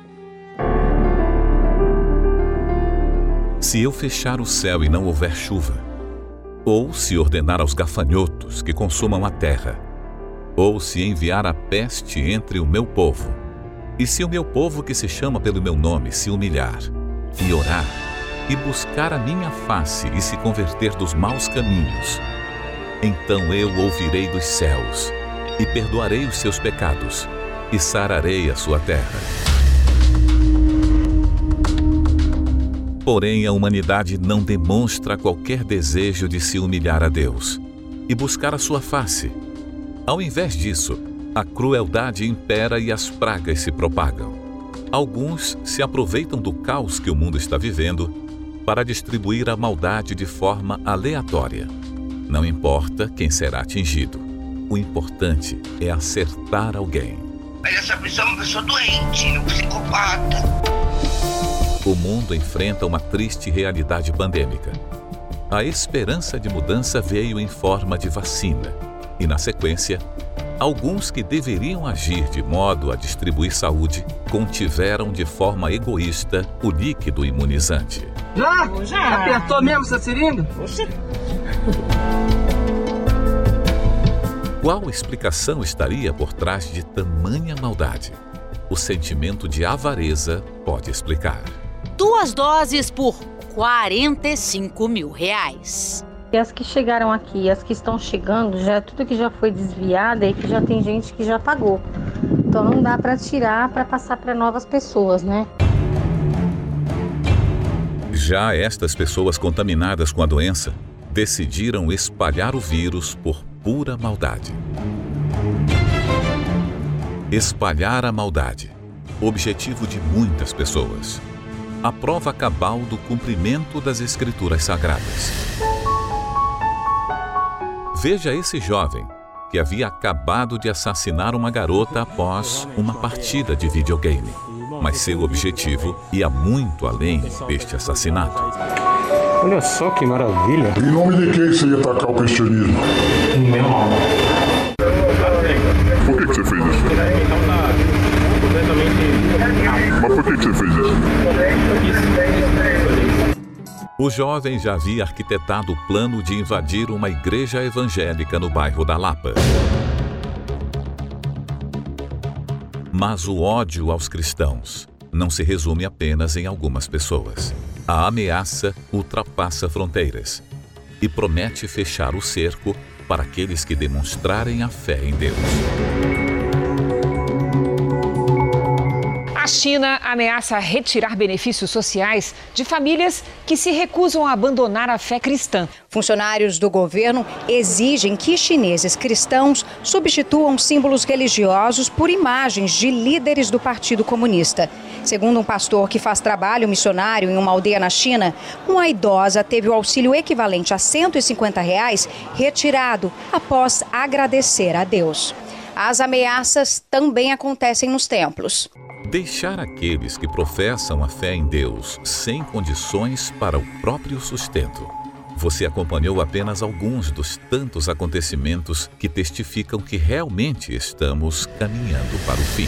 Se eu fechar o céu e não houver chuva, ou se ordenar aos gafanhotos que consumam a terra, ou se enviar a peste entre o meu povo, e se o meu povo que se chama pelo meu nome se humilhar, e orar, e buscar a minha face e se converter dos maus caminhos, então eu ouvirei dos céus, e perdoarei os seus pecados, e sararei a sua terra. Porém, a humanidade não demonstra qualquer desejo de se humilhar a Deus e buscar a sua face. Ao invés disso, a crueldade impera e as pragas se propagam. Alguns se aproveitam do caos que o mundo está vivendo para distribuir a maldade de forma aleatória. Não importa quem será atingido. O importante é acertar alguém. Mas essa pessoa é uma pessoa doente, um psicopata. O mundo enfrenta uma triste realidade pandêmica. A esperança de mudança veio em forma de vacina e, na sequência, alguns que deveriam agir de modo a distribuir saúde contiveram de forma egoísta o líquido imunizante. Já? Apertou mesmo essa seringa? Qual explicação estaria por trás de tamanha maldade? O sentimento de avareza pode explicar. 2 doses por R$45 mil. E as que chegaram aqui, as que estão chegando, já tudo que já foi desviado e que já tem gente que já pagou. Então não dá para tirar para passar para novas pessoas, né? Já estas pessoas contaminadas com a doença decidiram espalhar o vírus por pura maldade. Espalhar a maldade, objetivo de muitas pessoas. A prova cabal do cumprimento das Escrituras Sagradas. Veja esse jovem que havia acabado de assassinar uma garota após uma partida de videogame. Mas seu objetivo ia muito além deste assassinato. Olha só que maravilha. Em nome de quem você ia atacar o cristianismo? Em meu nome. Por que você fez isso? Mas por que você fez isso? O jovem já havia arquitetado o plano de invadir uma igreja evangélica no bairro da Lapa. Mas o ódio aos cristãos não se resume apenas em algumas pessoas. A ameaça ultrapassa fronteiras e promete fechar o cerco para aqueles que demonstrarem a fé em Deus. A China ameaça retirar benefícios sociais de famílias que se recusam a abandonar a fé cristã. Funcionários do governo exigem que chineses cristãos substituam símbolos religiosos por imagens de líderes do Partido Comunista. Segundo um pastor que faz trabalho missionário em uma aldeia na China, uma idosa teve o auxílio equivalente a R$150 retirado após agradecer a Deus. As ameaças também acontecem nos templos. Deixar aqueles que professam a fé em Deus sem condições para o próprio sustento. Você acompanhou apenas alguns dos tantos acontecimentos que testificam que realmente estamos caminhando para o fim.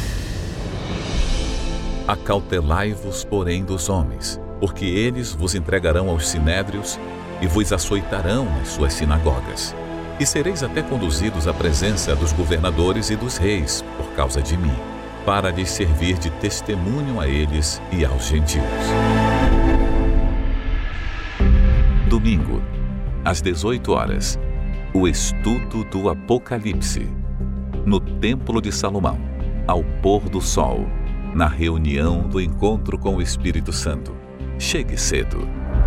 Acautelai-vos, porém, dos homens, porque eles vos entregarão aos sinédrios e vos açoitarão nas suas sinagogas. E sereis até conduzidos à presença dos governadores e dos reis por causa de mim, para lhes servir de testemunho a eles e aos gentios. Domingo, às 18 horas, o estudo do Apocalipse, no Templo de Salomão, ao pôr do sol, na reunião do encontro com o Espírito Santo. Chegue cedo.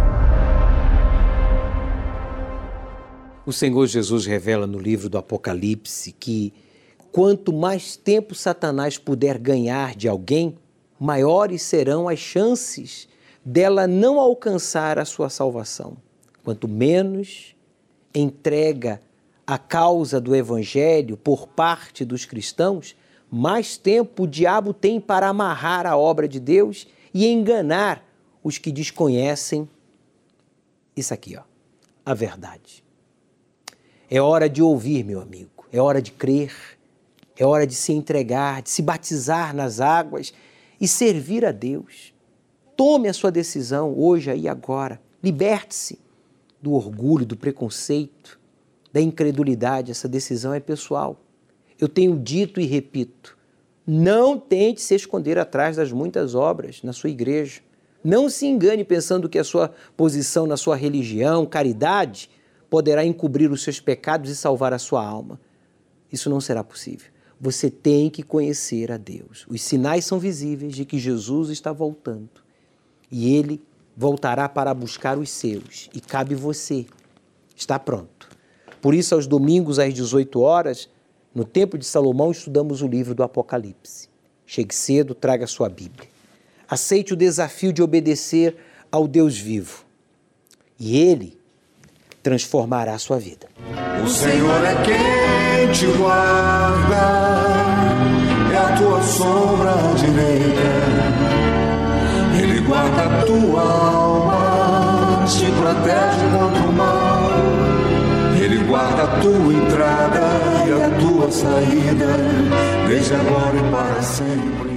O Senhor Jesus revela no livro do Apocalipse que quanto mais tempo Satanás puder ganhar de alguém, maiores serão as chances dela não alcançar a sua salvação. Quanto menos entrega a causa do Evangelho por parte dos cristãos, mais tempo o diabo tem para amarrar a obra de Deus e enganar os que desconhecem isso aqui, a verdade. É hora de ouvir, meu amigo, é hora de crer, é hora de se entregar, de se batizar nas águas e servir a Deus. Tome a sua decisão hoje, aí, agora. Liberte-se do orgulho, do preconceito, da incredulidade. Essa decisão é pessoal. Eu tenho dito e repito, não tente se esconder atrás das muitas obras na sua igreja. Não se engane pensando que a sua posição na sua religião, caridade, poderá encobrir os seus pecados e salvar a sua alma. Isso não será possível. Você tem que conhecer a Deus. Os sinais são visíveis de que Jesus está voltando. E Ele voltará para buscar os seus. E cabe você estar pronto. Por isso, aos domingos, às 18 horas, no Templo de Salomão, estudamos o livro do Apocalipse. Chegue cedo, traga a sua Bíblia. Aceite o desafio de obedecer ao Deus vivo. E Ele transformará a sua vida. O Senhor é quem te guarda, é a tua sombra direita. Ele guarda a tua alma, te protege contra o mal. Ele guarda a tua entrada e a tua saída, desde agora e para sempre.